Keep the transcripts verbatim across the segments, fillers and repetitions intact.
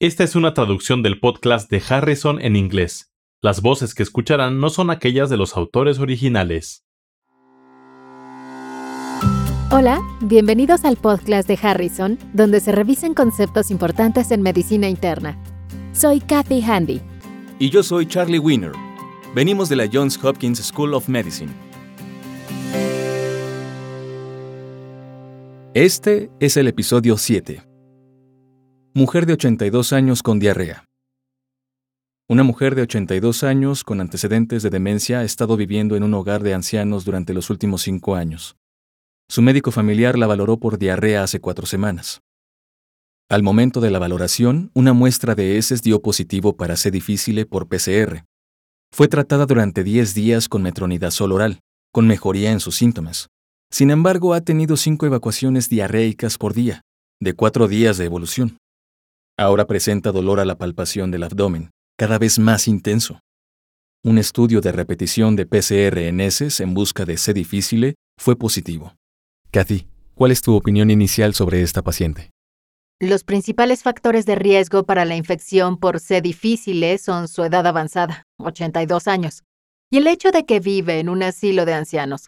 Esta es una traducción del podcast de Harrison en inglés. Las voces que escucharán no son aquellas de los autores originales. Hola, bienvenidos al podcast de Harrison, donde se revisan conceptos importantes en medicina interna. Soy Kathy Handy. Y yo soy Charlie Wiener. Venimos de la Johns Hopkins School of Medicine. Este es el episodio siete. Mujer de ochenta y dos años con diarrea. Una mujer de ochenta y dos años con antecedentes de demencia ha estado viviendo en un hogar de ancianos durante los últimos cinco años. Su médico familiar la valoró por diarrea hace cuatro semanas. Al momento de la valoración, una muestra de heces dio positivo para C. difficile por P C R. Fue tratada durante diez días con metronidazol oral, con mejoría en sus síntomas. Sin embargo, ha tenido cinco evacuaciones diarreicas por día, de cuatro días de evolución. Ahora presenta dolor a la palpación del abdomen, cada vez más intenso. Un estudio de repetición de P C R en heces en busca de C. difficile fue positivo. Kathy, ¿cuál es tu opinión inicial sobre esta paciente? Los principales factores de riesgo para la infección por C. difficile son su edad avanzada, ochenta y dos años, y el hecho de que vive en un asilo de ancianos.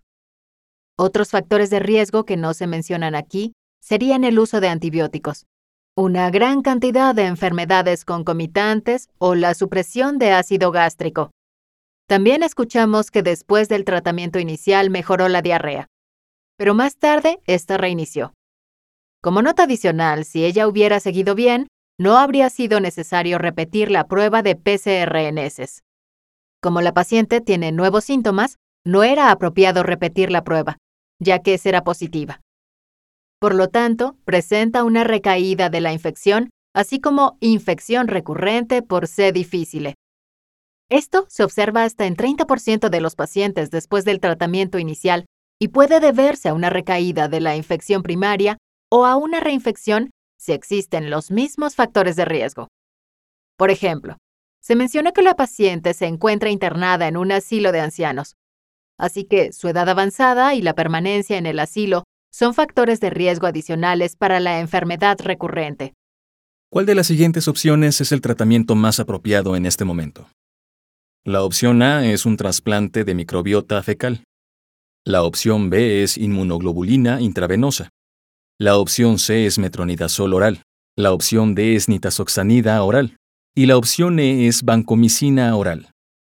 Otros factores de riesgo que no se mencionan aquí serían el uso de antibióticos, una gran cantidad de enfermedades concomitantes o la supresión de ácido gástrico. También escuchamos que después del tratamiento inicial mejoró la diarrea, pero más tarde esta reinició. Como nota adicional, si ella hubiera seguido bien, no habría sido necesario repetir la prueba de P C R en heces. Como la paciente tiene nuevos síntomas, no era apropiado repetir la prueba, ya que será positiva. Por lo tanto, presenta una recaída de la infección, así como infección recurrente por C. difficile. Esto se observa hasta en treinta por ciento de los pacientes después del tratamiento inicial y puede deberse a una recaída de la infección primaria o a una reinfección si existen los mismos factores de riesgo. Por ejemplo, se menciona que la paciente se encuentra internada en un asilo de ancianos, así que su edad avanzada y la permanencia en el asilo son factores de riesgo adicionales para la enfermedad recurrente. ¿Cuál de las siguientes opciones es el tratamiento más apropiado en este momento? La opción A es un trasplante de microbiota fecal. La opción B es inmunoglobulina intravenosa. La opción C es metronidazol oral. La opción D es nitazoxanida oral. Y la opción E es vancomicina oral.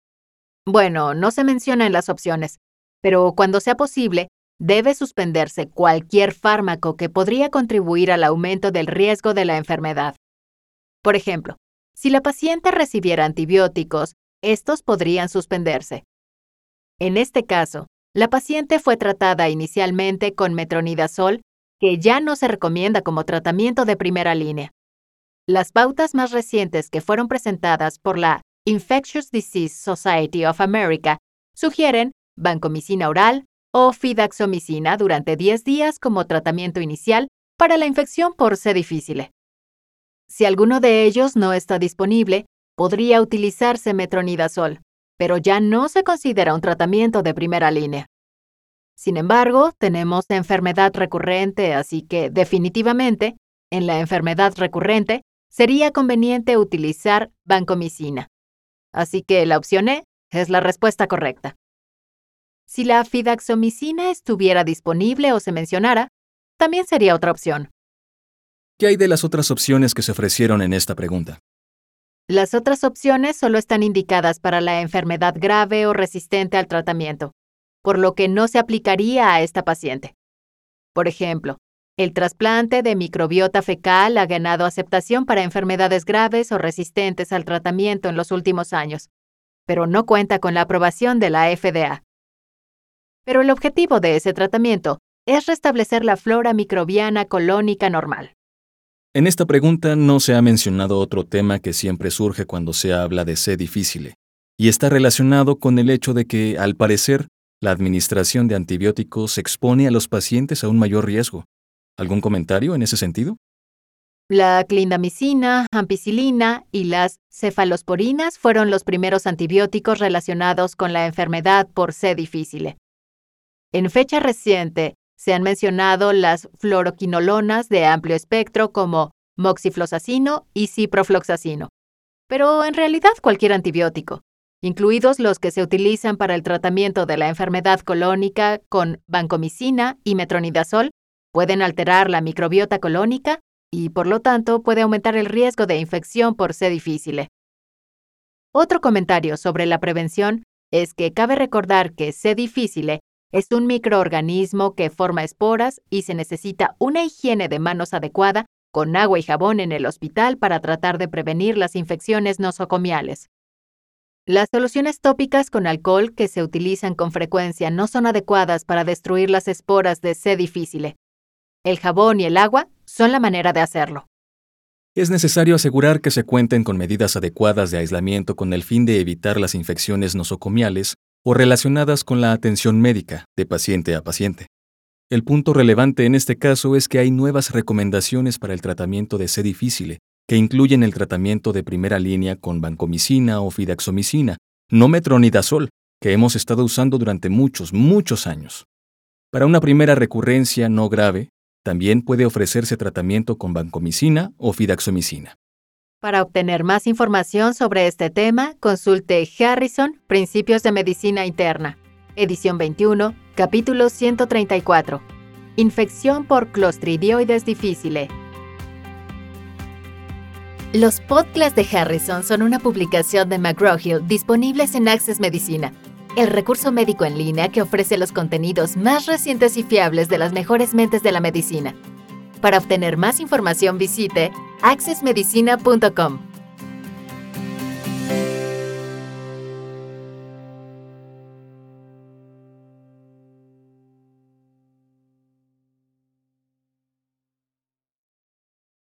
Bueno, no se menciona en las opciones, pero cuando sea posible, debe suspenderse cualquier fármaco que podría contribuir al aumento del riesgo de la enfermedad. Por ejemplo, si la paciente recibiera antibióticos, estos podrían suspenderse. En este caso, la paciente fue tratada inicialmente con metronidazol, que ya no se recomienda como tratamiento de primera línea. Las pautas más recientes que fueron presentadas por la Infectious Disease Society of America sugieren vancomicina oral o fidaxomicina durante diez días como tratamiento inicial para la infección por C. difficile. Si alguno de ellos no está disponible, podría utilizarse metronidazol, pero ya no se considera un tratamiento de primera línea. Sin embargo, tenemos enfermedad recurrente, así que definitivamente, en la enfermedad recurrente, sería conveniente utilizar vancomicina. Así que la opción E es la respuesta correcta. Si la fidaxomicina estuviera disponible o se mencionara, también sería otra opción. ¿Qué hay de las otras opciones que se ofrecieron en esta pregunta? Las otras opciones solo están indicadas para la enfermedad grave o resistente al tratamiento, por lo que no se aplicaría a esta paciente. Por ejemplo, el trasplante de microbiota fecal ha ganado aceptación para enfermedades graves o resistentes al tratamiento en los últimos años, pero no cuenta con la aprobación de la F D A. Pero el objetivo de ese tratamiento es restablecer la flora microbiana colónica normal. En esta pregunta no se ha mencionado otro tema que siempre surge cuando se habla de C. difficile, y está relacionado con el hecho de que, al parecer, la administración de antibióticos expone a los pacientes a un mayor riesgo. ¿Algún comentario en ese sentido? La clindamicina, ampicilina y las cefalosporinas fueron los primeros antibióticos relacionados con la enfermedad por C. difficile. En fecha reciente, se han mencionado las fluoroquinolonas de amplio espectro como moxifloxacino y ciprofloxacino, pero en realidad cualquier antibiótico, incluidos los que se utilizan para el tratamiento de la enfermedad colónica con vancomicina y metronidazol, pueden alterar la microbiota colónica y, por lo tanto, puede aumentar el riesgo de infección por C. difficile. Otro comentario sobre la prevención es que cabe recordar que C. difficile es un microorganismo que forma esporas y se necesita una higiene de manos adecuada con agua y jabón en el hospital para tratar de prevenir las infecciones nosocomiales. Las soluciones tópicas con alcohol que se utilizan con frecuencia no son adecuadas para destruir las esporas de C. difficile. El jabón y el agua son la manera de hacerlo. Es necesario asegurar que se cuenten con medidas adecuadas de aislamiento con el fin de evitar las infecciones nosocomiales o relacionadas con la atención médica de paciente a paciente. El punto relevante en este caso es que hay nuevas recomendaciones para el tratamiento de C. difficile, que incluyen el tratamiento de primera línea con vancomicina o fidaxomicina, no metronidazol, que hemos estado usando durante muchos, muchos años. Para una primera recurrencia no grave, también puede ofrecerse tratamiento con vancomicina o fidaxomicina. Para obtener más información sobre este tema, consulte Harrison, Principios de Medicina Interna, edición veintiuno, capítulo ciento treinta y cuatro. Infección por Clostridioides difficile. Los podcasts de Harrison son una publicación de McGraw-Hill disponibles en Access Medicina, el recurso médico en línea que ofrece los contenidos más recientes y fiables de las mejores mentes de la medicina. Para obtener más información visite access medicina punto com.